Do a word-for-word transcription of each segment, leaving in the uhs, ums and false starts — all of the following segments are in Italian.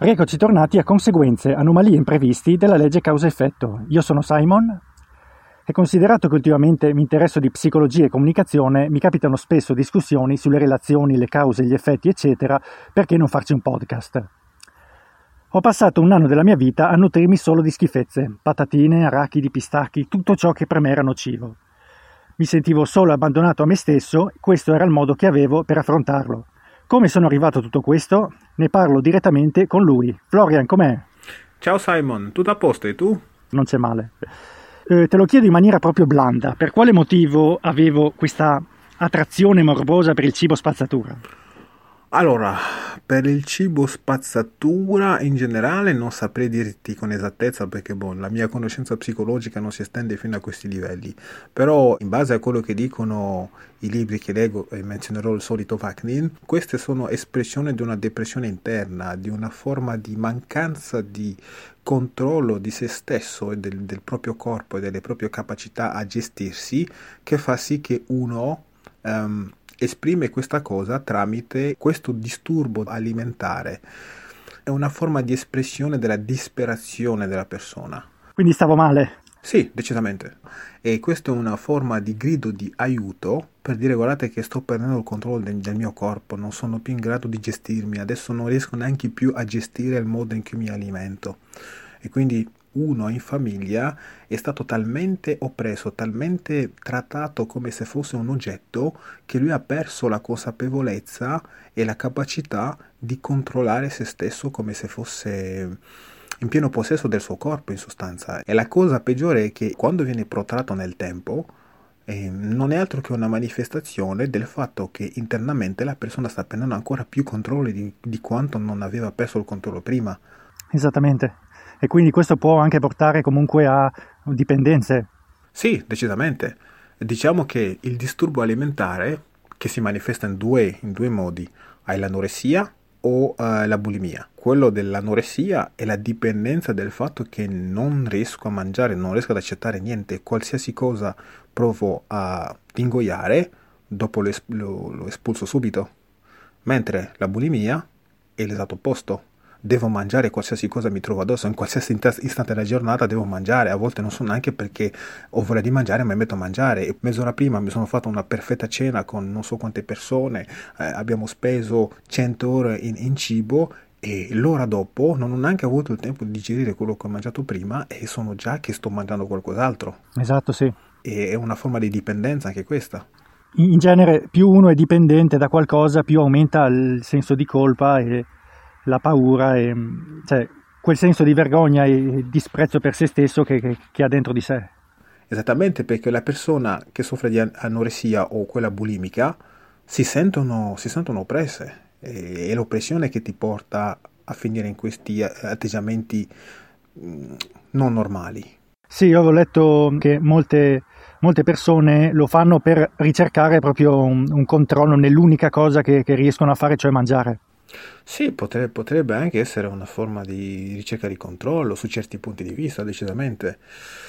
Rieccoci tornati a conseguenze, anomalie imprevisti della legge causa-effetto. Io sono Simon e considerato che ultimamente mi interesso di psicologia e comunicazione, mi capitano spesso discussioni sulle relazioni, le cause, gli effetti, eccetera, perché non farci un podcast? Ho passato un anno della mia vita a nutrirmi solo di schifezze, patatine, arachidi, pistacchi, tutto ciò che per me era nocivo. Mi sentivo solo abbandonato a me stesso, questo era il modo che avevo per affrontarlo. Come sono arrivato a tutto questo? Ne parlo direttamente con lui. Florian, com'è? Ciao Simon, tutto a posto e tu? Non c'è male. Eh, te lo chiedo in maniera proprio blanda. Per quale motivo avevo questa attrazione morbosa per il cibo spazzatura? Allora, per il cibo spazzatura in generale non saprei dirti con esattezza perché boh, la mia conoscenza psicologica non si estende fino a questi livelli, però in base a quello che dicono i libri che leggo, e menzionerò il solito Vaknin, queste sono espressioni di una depressione interna, di una forma di mancanza di controllo di se stesso e del, del proprio corpo e delle proprie capacità a gestirsi, che fa sì che uno um, esprime questa cosa tramite questo disturbo alimentare. È una forma di espressione della disperazione della persona. Quindi stavo male? Sì, decisamente. E questa è una forma di grido di aiuto per dire guardate che sto perdendo il controllo del, del mio corpo, non sono più in grado di gestirmi, adesso non riesco neanche più a gestire il modo in cui mi alimento. E quindi uno in famiglia è stato talmente oppresso, talmente trattato come se fosse un oggetto, che lui ha perso la consapevolezza e la capacità di controllare se stesso come se fosse in pieno possesso del suo corpo, in sostanza. E la cosa peggiore è che quando viene protratto nel tempo, eh, non è altro che una manifestazione del fatto che internamente la persona sta prendendo ancora più controllo di, di quanto non aveva perso il controllo prima. Esattamente. E quindi questo può anche portare comunque a dipendenze. Sì, decisamente. Diciamo che il disturbo alimentare, che si manifesta in due, in due modi, hai l'anoressia o uh, la bulimia. Quello dell'anoressia è la dipendenza del fatto che non riesco a mangiare, non riesco ad accettare niente, qualsiasi cosa provo a ingoiare, dopo lo, es- lo, lo espulso subito. Mentre la bulimia è l'esatto opposto. Devo mangiare qualsiasi cosa mi trovo addosso, in qualsiasi istante della giornata devo mangiare, a volte non so neanche perché ho voglia di mangiare, ma mi metto a mangiare. E mezz'ora prima mi sono fatto una perfetta cena con non so quante persone, eh, abbiamo speso cento ore in, in cibo e l'ora dopo non ho neanche avuto il tempo di digerire quello che ho mangiato prima e sono già che sto mangiando qualcos'altro. Esatto, sì. E è una forma di dipendenza anche questa. In genere più uno è dipendente da qualcosa, più aumenta il senso di colpa e la paura, e cioè quel senso di vergogna e disprezzo per se stesso che, che, che ha dentro di sé. Esattamente, perché la persona che soffre di anoressia o quella bulimica si sentono, si sentono oppresse. E, è l'oppressione che ti porta a finire in questi atteggiamenti mh, non normali. Sì, io avevo letto che molte, molte persone lo fanno per ricercare proprio un, un controllo nell'unica cosa che, che riescono a fare, cioè mangiare. Sì, potrebbe, potrebbe anche essere una forma di ricerca di controllo su certi punti di vista, decisamente,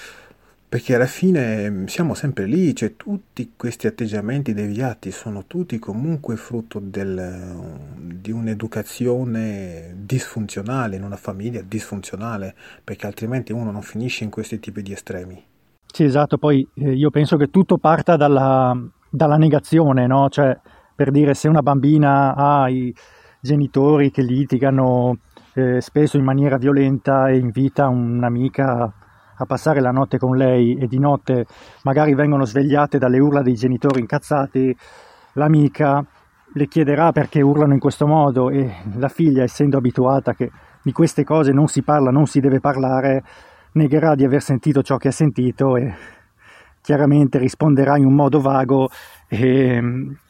perché alla fine siamo sempre lì, cioè tutti questi atteggiamenti deviati sono tutti comunque frutto del, di un'educazione disfunzionale, in una famiglia disfunzionale, perché altrimenti uno non finisce in questi tipi di estremi. Sì, esatto, poi eh, io penso che tutto parta dalla, dalla negazione, no? Cioè, per dire, se una bambina ha i genitori che litigano eh, spesso in maniera violenta e invita un'amica a passare la notte con lei e di notte magari vengono svegliate dalle urla dei genitori incazzati, l'amica le chiederà perché urlano in questo modo e la figlia, essendo abituata che di queste cose non si parla, non si deve parlare, negherà di aver sentito ciò che ha sentito e chiaramente risponderà in un modo vago e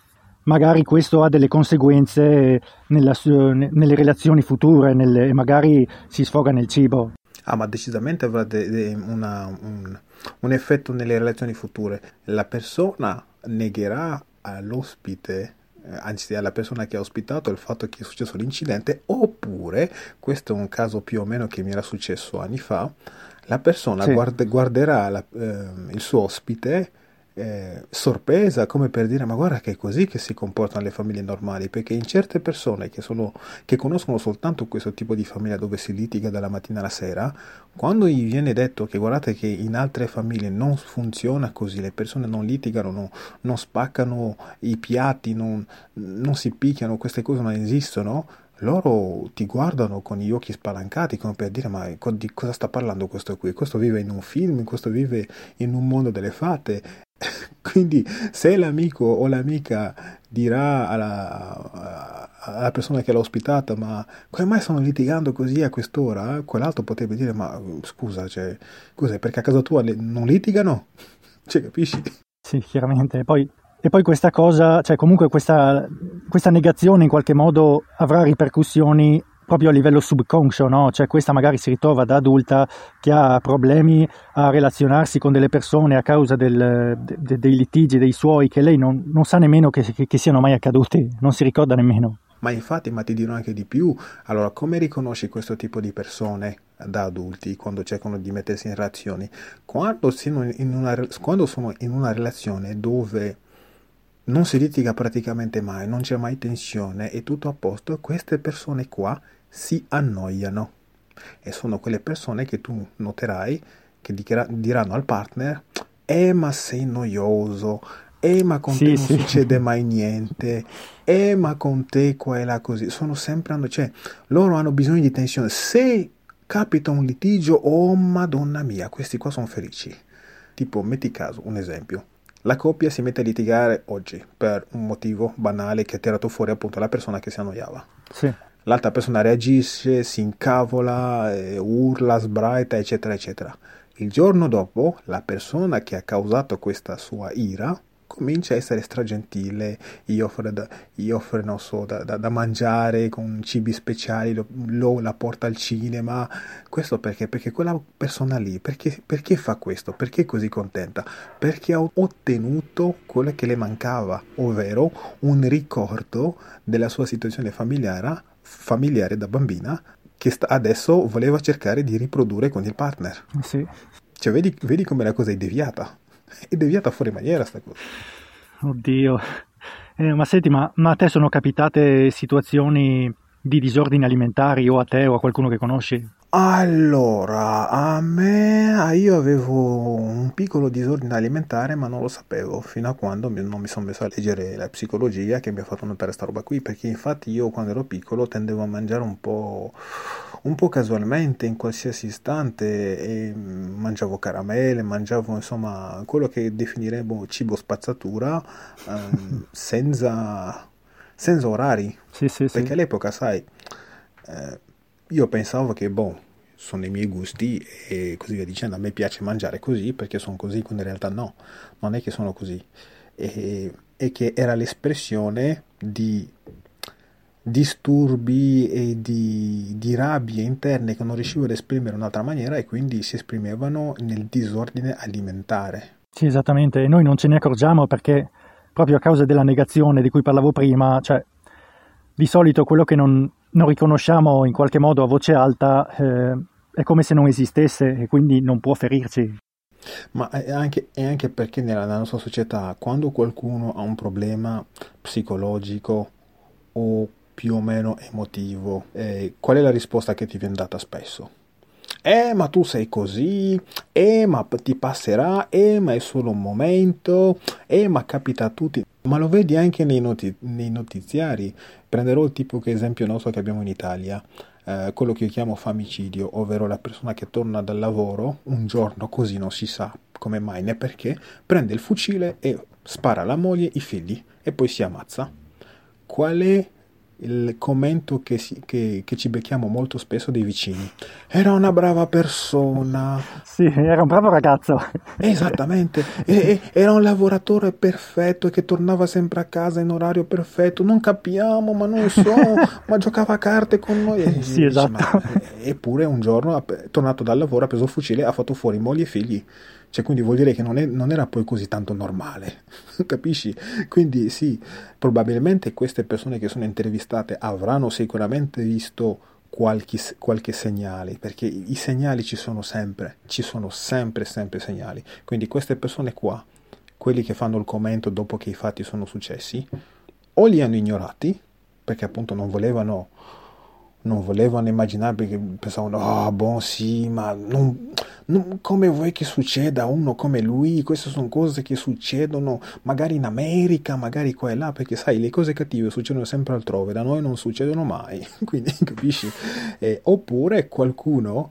magari questo ha delle conseguenze nella, nelle relazioni future, nelle, magari si sfoga nel cibo. Ah, ma decisamente avrà de, de una, un, un effetto nelle relazioni future. La persona negherà all'ospite, eh, anzi alla persona che ha ospitato, il fatto che è successo l'incidente, oppure, questo è un caso più o meno che mi era successo anni fa, la persona sì. guard, guarderà la, eh, il suo ospite eh, sorpresa, come per dire, ma guarda che è così che si comportano le famiglie normali, perché in certe persone che sono, che conoscono soltanto questo tipo di famiglia dove si litiga dalla mattina alla sera, quando gli viene detto che guardate che in altre famiglie non funziona così, le persone non litigano, no, non spaccano i piatti, non, non si picchiano, queste cose non esistono, loro ti guardano con gli occhi spalancati come per dire ma co- di cosa sta parlando questo qui? Questo vive in un film, questo vive in un mondo delle fate. Quindi se l'amico o l'amica dirà alla, alla persona che l'ha ospitata ma come mai stanno litigando così a quest'ora? Quell'altro potrebbe dire ma scusa, cioè, scusa, perché a casa tua le- non litigano? Cioè, capisci? Sì, chiaramente. Poi, e poi questa cosa, cioè comunque questa, questa negazione in qualche modo avrà ripercussioni proprio a livello subconscio, no? Cioè questa magari si ritrova da adulta che ha problemi a relazionarsi con delle persone a causa del- de- de- dei litigi dei suoi che lei non, non sa nemmeno che, che- che siano mai accaduti, non si ricorda nemmeno. Ma infatti, ma ti dirò anche di più. Allora, come riconosci questo tipo di persone da adulti quando cercano di mettersi in relazioni? Quando sono in una, quando sono in una relazione dove non si litiga praticamente mai, non c'è mai tensione, è tutto a posto, queste persone qua si annoiano. E sono quelle persone che tu noterai che dichiara- diranno al partner, eh ma sei noioso, eh ma con te Sì, non sì. succede mai niente, eh ma con te qua e là così, sono sempre, anno- cioè loro hanno bisogno di tensione, se capita un litigio, oh madonna mia, questi qua sono felici. Tipo, metti caso, un esempio. La coppia si mette a litigare oggi per un motivo banale che ha tirato fuori appunto la persona che si annoiava. Sì. L'altra persona reagisce, si incavola, eh, urla, sbraita, eccetera, eccetera. Il giorno dopo, la persona che ha causato questa sua ira comincia a essere stragentile, gli offre, da, gli offre non so, da, da, da mangiare con cibi speciali, lo, lo- la porta al cinema. Questo perché? Perché quella persona lì, perché, perché fa questo? Perché è così contenta? Perché ha ottenuto quello che le mancava, ovvero un ricordo della sua situazione familiare, familiare da bambina che sta- adesso voleva cercare di riprodurre con il partner. Sì. Cioè, vedi, vedi come la cosa è deviata. È deviata fuori maniera sta cosa. Oddio. Eh, ma senti, ma, ma a te sono capitate situazioni di disordini alimentari o a te o a qualcuno che conosci? Allora, a me, ah, io avevo un piccolo disordine alimentare, ma non lo sapevo fino a quando mi- non mi sono messo a leggere la psicologia che mi ha fatto notare sta roba qui, perché infatti io quando ero piccolo tendevo a mangiare un po', un po' casualmente, in qualsiasi istante, e mm, mangiavo caramelle, mangiavo insomma quello che definiremo cibo spazzatura, ehm, senza, senza orari, Sì, sì, sì. perché all'epoca, sai, eh, io pensavo che, boh, sono i miei gusti e così via dicendo, a me piace mangiare così perché sono così, quando in realtà no, non è che sono così. E, e che era l'espressione di disturbi e di, di rabbie interne che non riuscivo ad esprimere in un'altra maniera e quindi si esprimevano nel disordine alimentare. Sì, esattamente, e noi non ce ne accorgiamo perché proprio a causa della negazione di cui parlavo prima, cioè di solito quello che non, non riconosciamo in qualche modo a voce alta eh, è come se non esistesse e quindi non può ferirci. Ma è anche, è anche perché nella, nella nostra società, quando qualcuno ha un problema psicologico o più o meno emotivo, eh, qual è la risposta che ti viene data spesso? Eh, ma tu sei così, eh, ma p- ti passerà, eh, ma è solo un momento, eh, ma capita a tutti. Ma lo vedi anche nei, noti- nei notiziari. Prenderò il tipico esempio nostro che abbiamo in Italia, eh, quello che io chiamo famicidio, ovvero la persona che torna dal lavoro un giorno così non si sa come mai né perché, prende il fucile e spara alla moglie, i figli e poi si ammazza. Qual è il commento che, si- che- che ci becchiamo molto spesso dei vicini? Era una brava persona. Sì, era un bravo ragazzo. Esattamente, e- e- era un lavoratore perfetto che tornava sempre a casa in orario perfetto. Non capiamo, ma non so, ma giocava a carte con noi. E Sì, dici, ma- esatto. eppure un giorno, ha- è tornato dal lavoro, ha preso il fucile, ha fatto fuori moglie e figli. Cioè, quindi vuol dire che non, è- non era poi così tanto normale, capisci? Quindi sì, probabilmente queste persone che sono intervistate avranno sicuramente visto qualche, qualche segnale, perché i segnali ci sono sempre, ci sono sempre, sempre segnali. Quindi queste persone qua, quelli che fanno il commento dopo che i fatti sono successi, o li hanno ignorati, perché appunto non volevano, non volevano immaginare, perché pensavano, ah, oh, boh, sì, ma non, non, come vuoi che succeda a uno come lui? Queste sono cose che succedono magari in America, magari qua e là, perché sai, le cose cattive succedono sempre altrove, da noi non succedono mai, quindi capisci? Eh, oppure qualcuno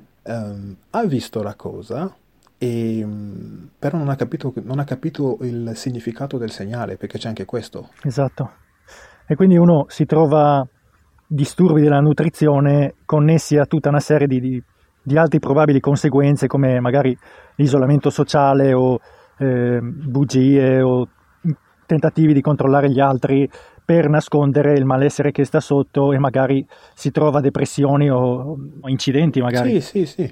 um, ha visto la cosa, e, um, però non ha capito, non ha capito il significato del segnale, perché c'è anche questo. Esatto. E quindi uno si trova disturbi della nutrizione connessi a tutta una serie di, di, di altre probabili conseguenze, come magari l'isolamento sociale o eh, bugie o tentativi di controllare gli altri per nascondere il malessere che sta sotto, e magari si trova depressioni o, o incidenti magari. Sì, sì, sì.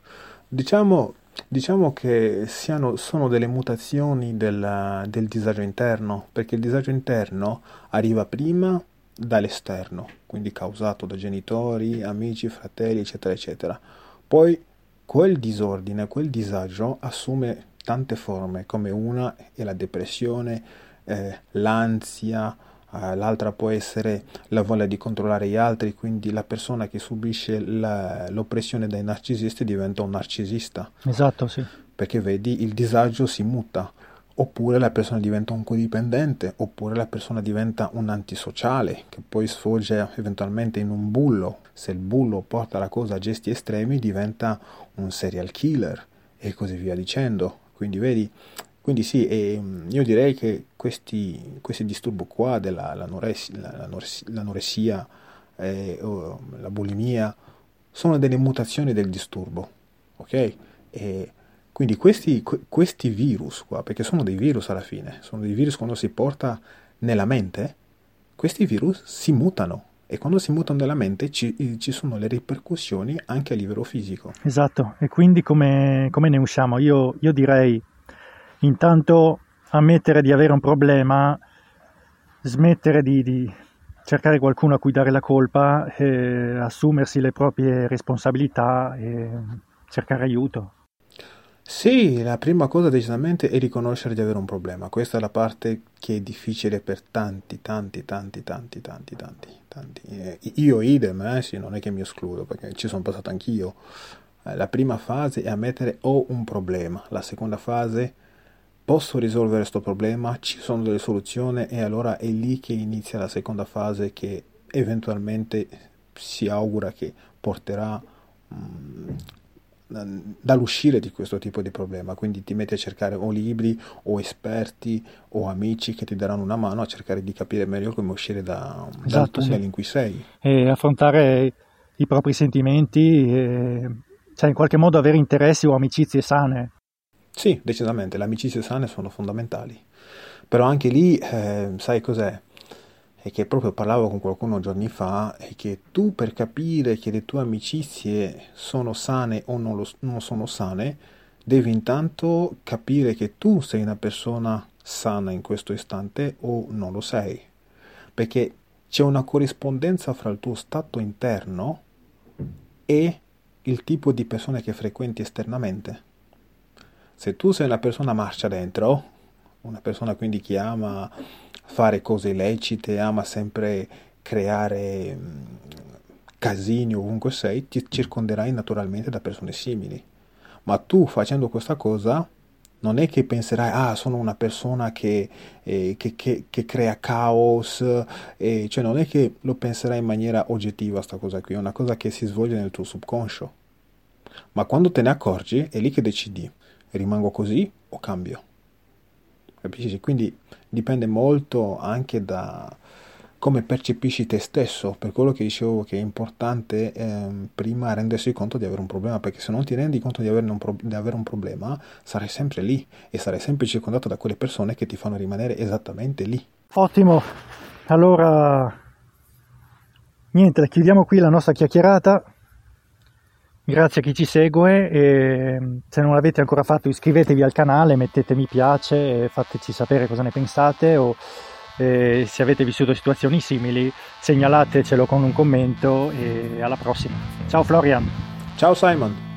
Diciamo, diciamo che siano, sono delle mutazioni del, del disagio interno, perché il disagio interno arriva prima dall'esterno, quindi causato da genitori, amici, fratelli, eccetera, eccetera. Poi quel disordine, quel disagio assume tante forme, come una è la depressione, eh, l'ansia, eh, l'altra può essere la voglia di controllare gli altri, quindi la persona che subisce la, l'oppressione dai narcisisti diventa un narcisista. Esatto, sì. Perché vedi, il disagio si muta. Oppure la persona diventa un codipendente, oppure la persona diventa un antisociale, che poi sfocia eventualmente in un bullo. Se il bullo porta la cosa a gesti estremi, diventa un serial killer, e così via dicendo. Quindi vedi, quindi sì, e io direi che questi, questi disturbi qua della l'anoressia, l'anoressia, l'anoressia eh, o la bulimia sono delle mutazioni del disturbo, ok? E quindi questi, questi virus qua, perché sono dei virus alla fine, sono dei virus quando si porta nella mente, questi virus si mutano, e quando si mutano nella mente ci, ci sono le ripercussioni anche a livello fisico. Esatto, e quindi come, come ne usciamo? Io, io direi intanto ammettere di avere un problema, smettere di, di cercare qualcuno a cui dare la colpa, eh, assumersi le proprie responsabilità e cercare aiuto. Sì, la prima cosa decisamente è riconoscere di avere un problema. Questa è la parte che è difficile per tanti, tanti, tanti, tanti, tanti, tanti, tanti. Eh, io idem, eh, sì, non è che mi escludo, perché ci sono passato anch'io. Eh, la prima fase è ammettere ho un problema. La seconda fase, posso risolvere questo problema, ci sono delle soluzioni, e allora è lì che inizia la seconda fase, che eventualmente si augura che porterà mh, dall'uscire di questo tipo di problema. Quindi ti metti a cercare o libri o esperti o amici che ti daranno una mano a cercare di capire meglio come uscire da, esatto, dal tunnel sì. in cui sei, e affrontare i propri sentimenti, e, cioè in qualche modo avere interessi o amicizie sane. Sì, decisamente, le amicizie sane sono fondamentali, però anche lì eh, sai cos'è? È che proprio parlavo con qualcuno giorni fa, è che tu, per capire che le tue amicizie sono sane o non, lo, non sono sane, devi intanto capire che tu sei una persona sana in questo istante o non lo sei, perché c'è una corrispondenza fra il tuo stato interno e il tipo di persone che frequenti esternamente. Se tu sei una persona marcia dentro, una persona quindi che ama fare cose illecite, ama sempre creare mh, casini ovunque sei, ti circonderai naturalmente da persone simili. Ma tu, facendo questa cosa, non è che penserai, ah, sono una persona che, eh, che, che, che crea caos, eh, cioè non è che lo penserai in maniera oggettiva sta cosa qui, è una cosa che si svolge nel tuo subconscio. Ma quando te ne accorgi, è lì che decidi, rimango così o cambio. Capisci? Quindi dipende molto anche da come percepisci te stesso, per quello che dicevo che è importante ehm, prima rendersi conto di avere un problema, perché se non ti rendi conto di avere, un pro- di avere un problema, sarai sempre lì e sarai sempre circondato da quelle persone che ti fanno rimanere esattamente lì. Ottimo, allora niente, chiudiamo qui la nostra chiacchierata. Grazie a chi ci segue, e se non l'avete ancora fatto iscrivetevi al canale, mettete mi piace e fateci sapere cosa ne pensate, o eh, se avete vissuto situazioni simili segnalatecelo con un commento, e alla prossima. Ciao Florian. Ciao Simon.